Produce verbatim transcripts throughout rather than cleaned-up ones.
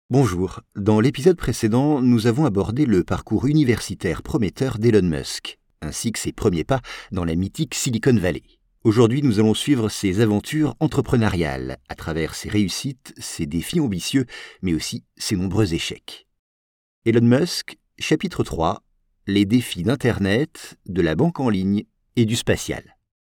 Bonjour, dans l'épisode précédent, nous avons abordé le parcours universitaire prometteur d'Elon Musk, ainsi que ses premiers pas dans la mythique Silicon Valley. Aujourd'hui, nous allons suivre ses aventures entrepreneuriales, à travers ses réussites, ses défis ambitieux, mais aussi ses nombreux échecs. Elon Musk, chapitre trois, les défis d'Internet, de la banque en ligne et du spatial.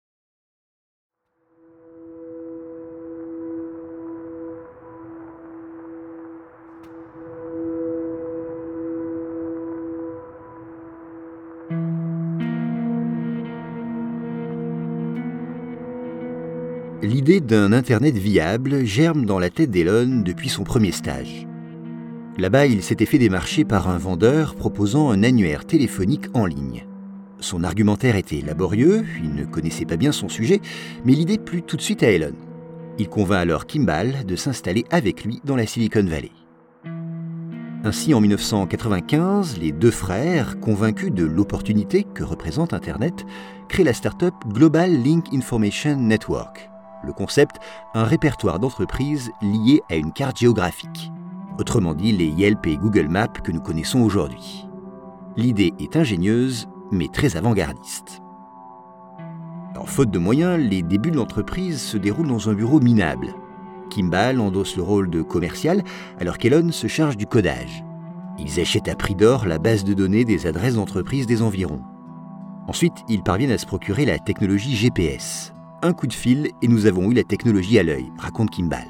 L'idée d'un Internet viable germe dans la tête d'Elon depuis son premier stage. Là-bas, il s'était fait démarcher par un vendeur proposant un annuaire téléphonique en ligne. Son argumentaire était laborieux, il ne connaissait pas bien son sujet, mais l'idée plut tout de suite à Elon. Il convainc alors Kimball de s'installer avec lui dans la Silicon Valley. Ainsi, en dix-neuf cent quatre-vingt-quinze, les deux frères, convaincus de l'opportunité que représente Internet, créent la start-up Global Link Information Network. Le concept, un répertoire d'entreprises lié à une carte géographique. Autrement dit, les Yelp et Google Maps que nous connaissons aujourd'hui. L'idée est ingénieuse, mais très avant-gardiste. Alors, faute de moyens, les débuts de l'entreprise se déroulent dans un bureau minable. Kimball endosse le rôle de commercial, alors qu'Elon se charge du codage. Ils achètent à prix d'or la base de données des adresses d'entreprises des environs. Ensuite, ils parviennent à se procurer la technologie G P S. Un coup de fil et nous avons eu la technologie à l'œil, raconte Kimball.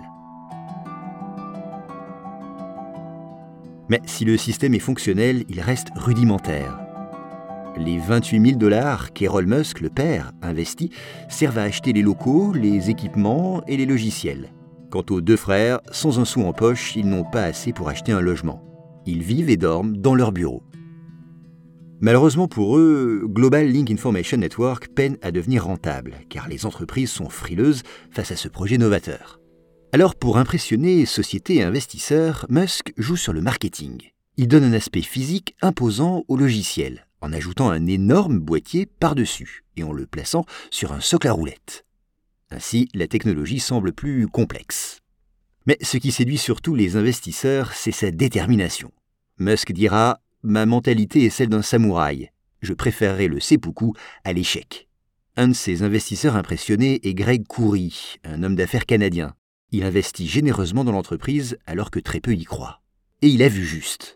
Mais si le système est fonctionnel, il reste rudimentaire. Les vingt-huit mille dollars qu'Elon Musk, le père, investit, servent à acheter les locaux, les équipements et les logiciels. Quant aux deux frères, sans un sou en poche, ils n'ont pas assez pour acheter un logement. Ils vivent et dorment dans leur bureau. Malheureusement pour eux, Global Link Information Network peine à devenir rentable, car les entreprises sont frileuses face à ce projet novateur. Alors pour impressionner sociétés et investisseurs, Musk joue sur le marketing. Il donne un aspect physique imposant au logiciel, en ajoutant un énorme boîtier par-dessus et en le plaçant sur un socle à roulettes. Ainsi, la technologie semble plus complexe. Mais ce qui séduit surtout les investisseurs, c'est sa détermination. Musk dira « Ma mentalité est celle d'un samouraï. Je préférerais le seppuku à l'échec. » Un de ses investisseurs impressionnés est Greg Khoury, un homme d'affaires canadien. Il investit généreusement dans l'entreprise alors que très peu y croient. Et il a vu juste.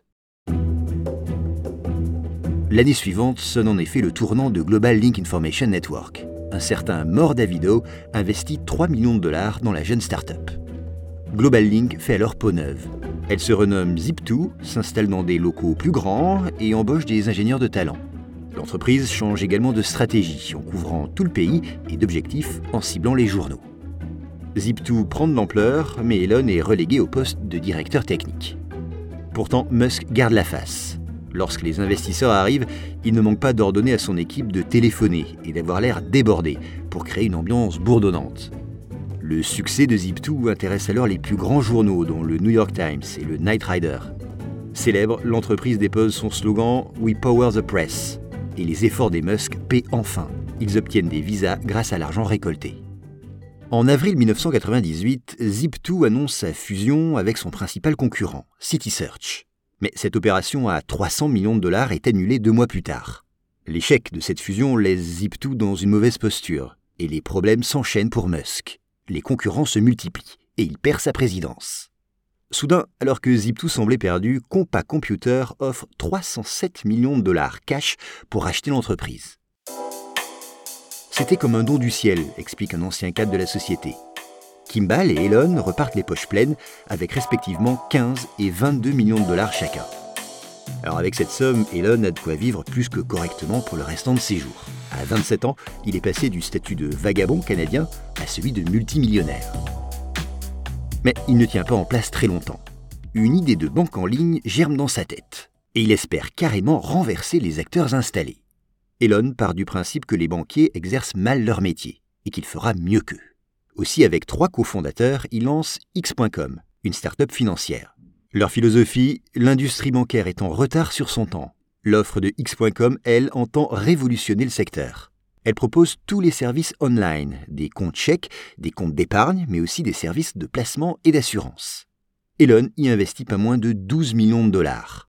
L'année suivante sonne en effet le tournant de Global Link Information Network. Un certain Mor Davido investit trois millions de dollars dans la jeune start-up. Global Link fait alors peau neuve. Elle se renomme Zip deux, s'installe dans des locaux plus grands et embauche des ingénieurs de talent. L'entreprise change également de stratégie en couvrant tout le pays et d'objectifs en ciblant les journaux. Zip deux prend de l'ampleur, mais Elon est relégué au poste de directeur technique. Pourtant, Musk garde la face. Lorsque les investisseurs arrivent, il ne manque pas d'ordonner à son équipe de téléphoner et d'avoir l'air débordé pour créer une ambiance bourdonnante. Le succès de Zip deux intéresse alors les plus grands journaux, dont le New York Times et le Knight Ridder. Célèbre, l'entreprise dépose son slogan « We power the press » et les efforts des Musk paient enfin. Ils obtiennent des visas grâce à l'argent récolté. En avril dix-neuf cent quatre-vingt-dix-huit, Zip deux annonce sa fusion avec son principal concurrent, CitySearch. Mais cette opération à trois cents millions de dollars est annulée deux mois plus tard. L'échec de cette fusion laisse Zip deux dans une mauvaise posture et les problèmes s'enchaînent pour Musk. Les concurrents se multiplient et il perd sa présidence. Soudain, alors que Zip deux semblait perdu, Compaq Computer offre trois cent sept millions de dollars cash pour acheter l'entreprise. C'était comme un don du ciel, explique un ancien cadre de la société. Kimball et Elon repartent les poches pleines avec respectivement quinze et vingt-deux millions de dollars chacun. Alors avec cette somme, Elon a de quoi vivre plus que correctement pour le restant de ses jours. À vingt-sept ans, il est passé du statut de vagabond canadien à celui de multimillionnaire. Mais il ne tient pas en place très longtemps. Une idée de banque en ligne germe dans sa tête, et il espère carrément renverser les acteurs installés. Elon part du principe que les banquiers exercent mal leur métier, et qu'il fera mieux qu'eux. Aussi, avec trois cofondateurs, il lance X point com, une start-up financière. Leur philosophie, l'industrie bancaire est en retard sur son temps. L'offre de X point com, elle, entend révolutionner le secteur. Elle propose tous les services online, des comptes chèques, des comptes d'épargne, mais aussi des services de placement et d'assurance. Elon y investit pas moins de douze millions de dollars.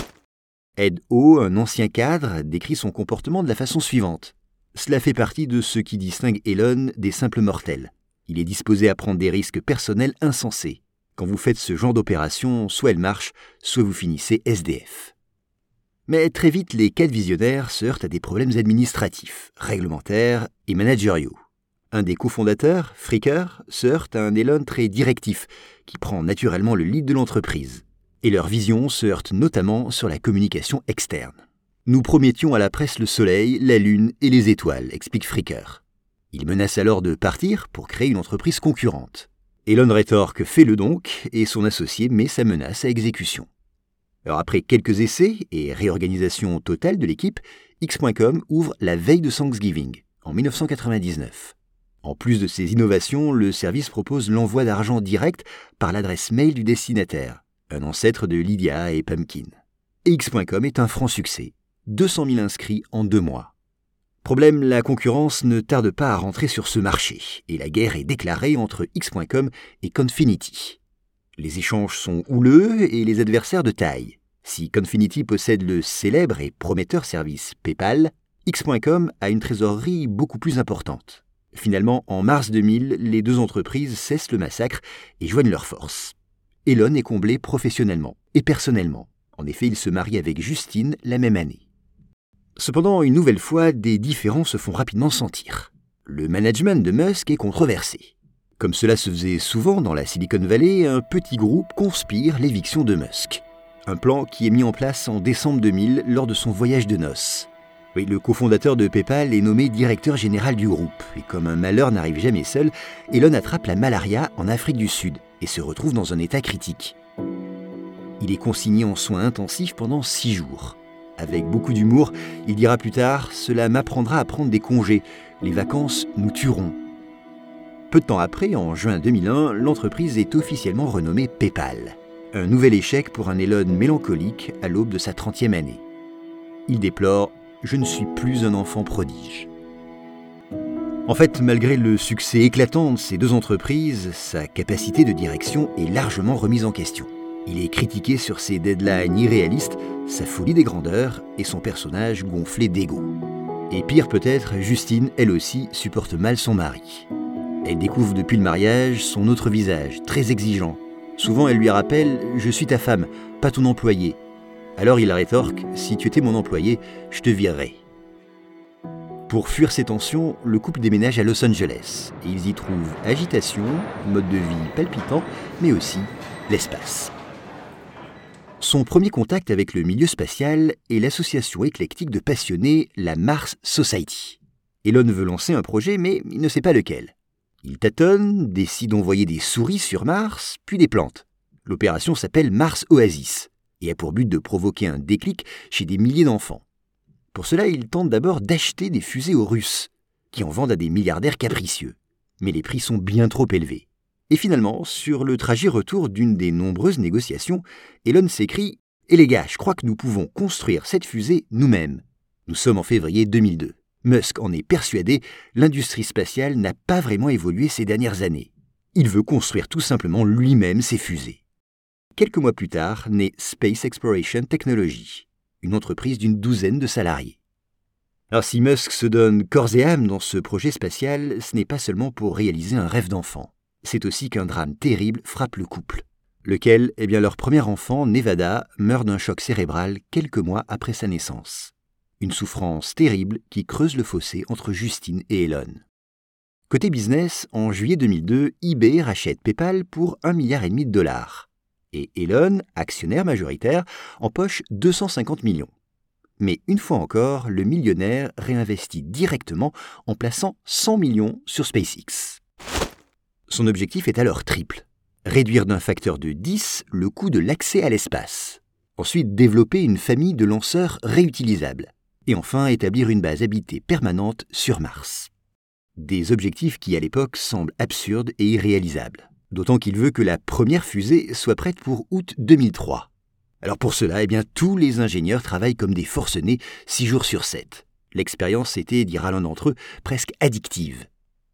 Ed Ho, un ancien cadre, décrit son comportement de la façon suivante. Cela fait partie de ce qui distingue Elon des simples mortels. Il est disposé à prendre des risques personnels insensés. Quand vous faites ce genre d'opération, soit elle marche, soit vous finissez S D F. Mais très vite, les quatre visionnaires se heurtent à des problèmes administratifs, réglementaires et managériaux. Un des cofondateurs, Fricker, se heurte à un Elon très directif, qui prend naturellement le lead de l'entreprise. Et leur vision se heurte notamment sur la communication externe. Nous promettions à la presse le soleil, la lune et les étoiles, explique Fricker. Il menace alors de partir pour créer une entreprise concurrente. Elon rétorque « fais-le donc » et son associé met sa menace à exécution. Alors après quelques essais et réorganisation totale de l'équipe, X point com ouvre la veille de Thanksgiving, en dix-neuf cent quatre-vingt-dix-neuf. En plus de ces innovations, le service propose l'envoi d'argent direct par l'adresse mail du destinataire, un ancêtre de Lydia et Pumpkin. Et X point com est un franc succès, deux cent mille inscrits en deux mois. Problème, la concurrence ne tarde pas à rentrer sur ce marché, et la guerre est déclarée entre X point com et Confinity. Les échanges sont houleux et les adversaires de taille. Si Confinity possède le célèbre et prometteur service PayPal, X point com a une trésorerie beaucoup plus importante. Finalement, en mars deux mille, les deux entreprises cessent le massacre et joignent leurs forces. Elon est comblé professionnellement et personnellement. En effet, il se marie avec Justine la même année. Cependant, une nouvelle fois, des différends se font rapidement sentir. Le management de Musk est controversé. Comme cela se faisait souvent dans la Silicon Valley, un petit groupe conspire l'éviction de Musk. Un plan qui est mis en place en décembre deux mille lors de son voyage de noces. Oui, le cofondateur de PayPal est nommé directeur général du groupe. Et comme un malheur n'arrive jamais seul, Elon attrape la malaria en Afrique du Sud et se retrouve dans un état critique. Il est consigné en soins intensifs pendant six jours. Avec beaucoup d'humour, il dira plus tard « Cela m'apprendra à prendre des congés. Les vacances nous tueront ». Peu de temps après, en juin deux mille un, l'entreprise est officiellement renommée PayPal. Un nouvel échec pour un Elon mélancolique à l'aube de sa trentième année. Il déplore « Je ne suis plus un enfant prodige ». En fait, malgré le succès éclatant de ces deux entreprises, sa capacité de direction est largement remise en question. Il est critiqué sur ses deadlines irréalistes, sa folie des grandeurs et son personnage gonflé d'ego. Et pire peut-être, Justine, elle aussi, supporte mal son mari. Elle découvre depuis le mariage son autre visage, très exigeant. Souvent, elle lui rappelle « Je suis ta femme, pas ton employé ». Alors il rétorque « Si tu étais mon employé, je te virerais ». Pour fuir ces tensions, le couple déménage à Los Angeles et ils y trouvent agitation, mode de vie palpitant, mais aussi l'espace. Son premier contact avec le milieu spatial est l'association éclectique de passionnés, la Mars Society. Elon veut lancer un projet, mais il ne sait pas lequel. Il tâtonne, décide d'envoyer des souris sur Mars, puis des plantes. L'opération s'appelle Mars Oasis et a pour but de provoquer un déclic chez des milliers d'enfants. Pour cela, il tente d'abord d'acheter des fusées aux Russes, qui en vendent à des milliardaires capricieux. Mais les prix sont bien trop élevés. Et finalement, sur le trajet retour d'une des nombreuses négociations, Elon s'écrie « Eh les gars, je crois que nous pouvons construire cette fusée nous-mêmes. » Nous sommes en février deux mille deux. Musk en est persuadé, l'industrie spatiale n'a pas vraiment évolué ces dernières années. Il veut construire tout simplement lui-même ses fusées. Quelques mois plus tard, naît Space Exploration Technology, une entreprise d'une douzaine de salariés. Alors si Musk se donne corps et âme dans ce projet spatial, ce n'est pas seulement pour réaliser un rêve d'enfant. C'est aussi qu'un drame terrible frappe le couple, lequel, eh bien leur premier enfant, Nevada, meurt d'un choc cérébral quelques mois après sa naissance. Une souffrance terrible qui creuse le fossé entre Justine et Elon. Côté business, en juillet deux mille deux, eBay rachète PayPal pour un milliard et demi de dollars. Et Elon, actionnaire majoritaire, empoche deux cent cinquante millions. Mais une fois encore, le millionnaire réinvestit directement en plaçant cent millions sur SpaceX. Son objectif est alors triple. Réduire d'un facteur de dix le coût de l'accès à l'espace. Ensuite, développer une famille de lanceurs réutilisables. Et enfin, établir une base habitée permanente sur Mars. Des objectifs qui, à l'époque, semblent absurdes et irréalisables. D'autant qu'il veut que la première fusée soit prête pour août deux mille trois. Alors pour cela, eh bien, tous les ingénieurs travaillent comme des forcenés, six jours sur sept. L'expérience était, dira l'un d'entre eux, presque addictive.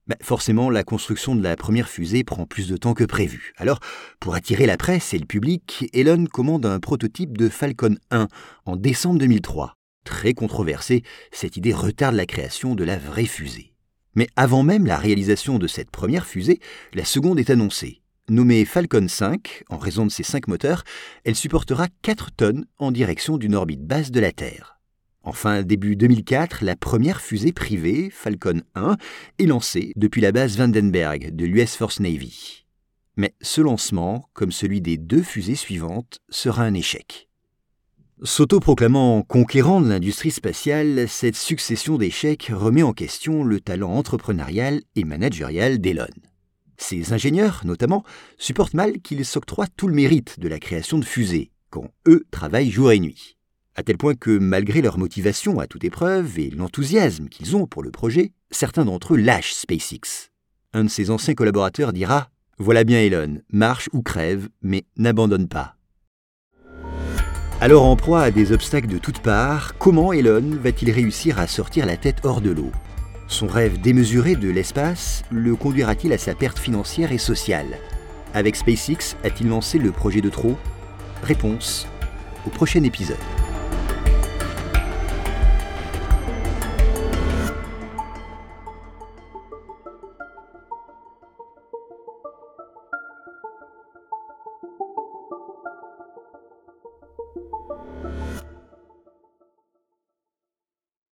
Bah, forcément, la construction de la première fusée prend plus de temps que prévu. Alors, pour attirer la presse et le public, Elon commande un prototype de Falcon un en décembre deux mille trois. Très controversé, cette idée retarde la création de la vraie fusée. Mais avant même la réalisation de cette première fusée, la seconde est annoncée. Nommée Falcon cinq, en raison de ses cinq moteurs, elle supportera quatre tonnes en direction d'une orbite basse de la Terre. Enfin, début deux mille quatre, la première fusée privée, Falcon un, est lancée depuis la base Vandenberg de l'U S Force Navy. Mais ce lancement, comme celui des deux fusées suivantes, sera un échec. S'autoproclamant conquérant de l'industrie spatiale, cette succession d'échecs remet en question le talent entrepreneurial et managérial d'Elon. Ses ingénieurs, notamment, supportent mal qu'ils s'octroient tout le mérite de la création de fusées, quand eux travaillent jour et nuit. À tel point que, malgré leur motivation à toute épreuve et l'enthousiasme qu'ils ont pour le projet, certains d'entre eux lâchent SpaceX. Un de ses anciens collaborateurs dira « Voilà bien Elon, marche ou crève, mais n'abandonne pas ». Alors en proie à des obstacles de toutes parts, comment Elon va-t-il réussir à sortir la tête hors de l'eau ? Son rêve démesuré de l'espace le conduira-t-il à sa perte financière et sociale ? Avec SpaceX, a-t-il lancé le projet de trop ? Réponse au prochain épisode.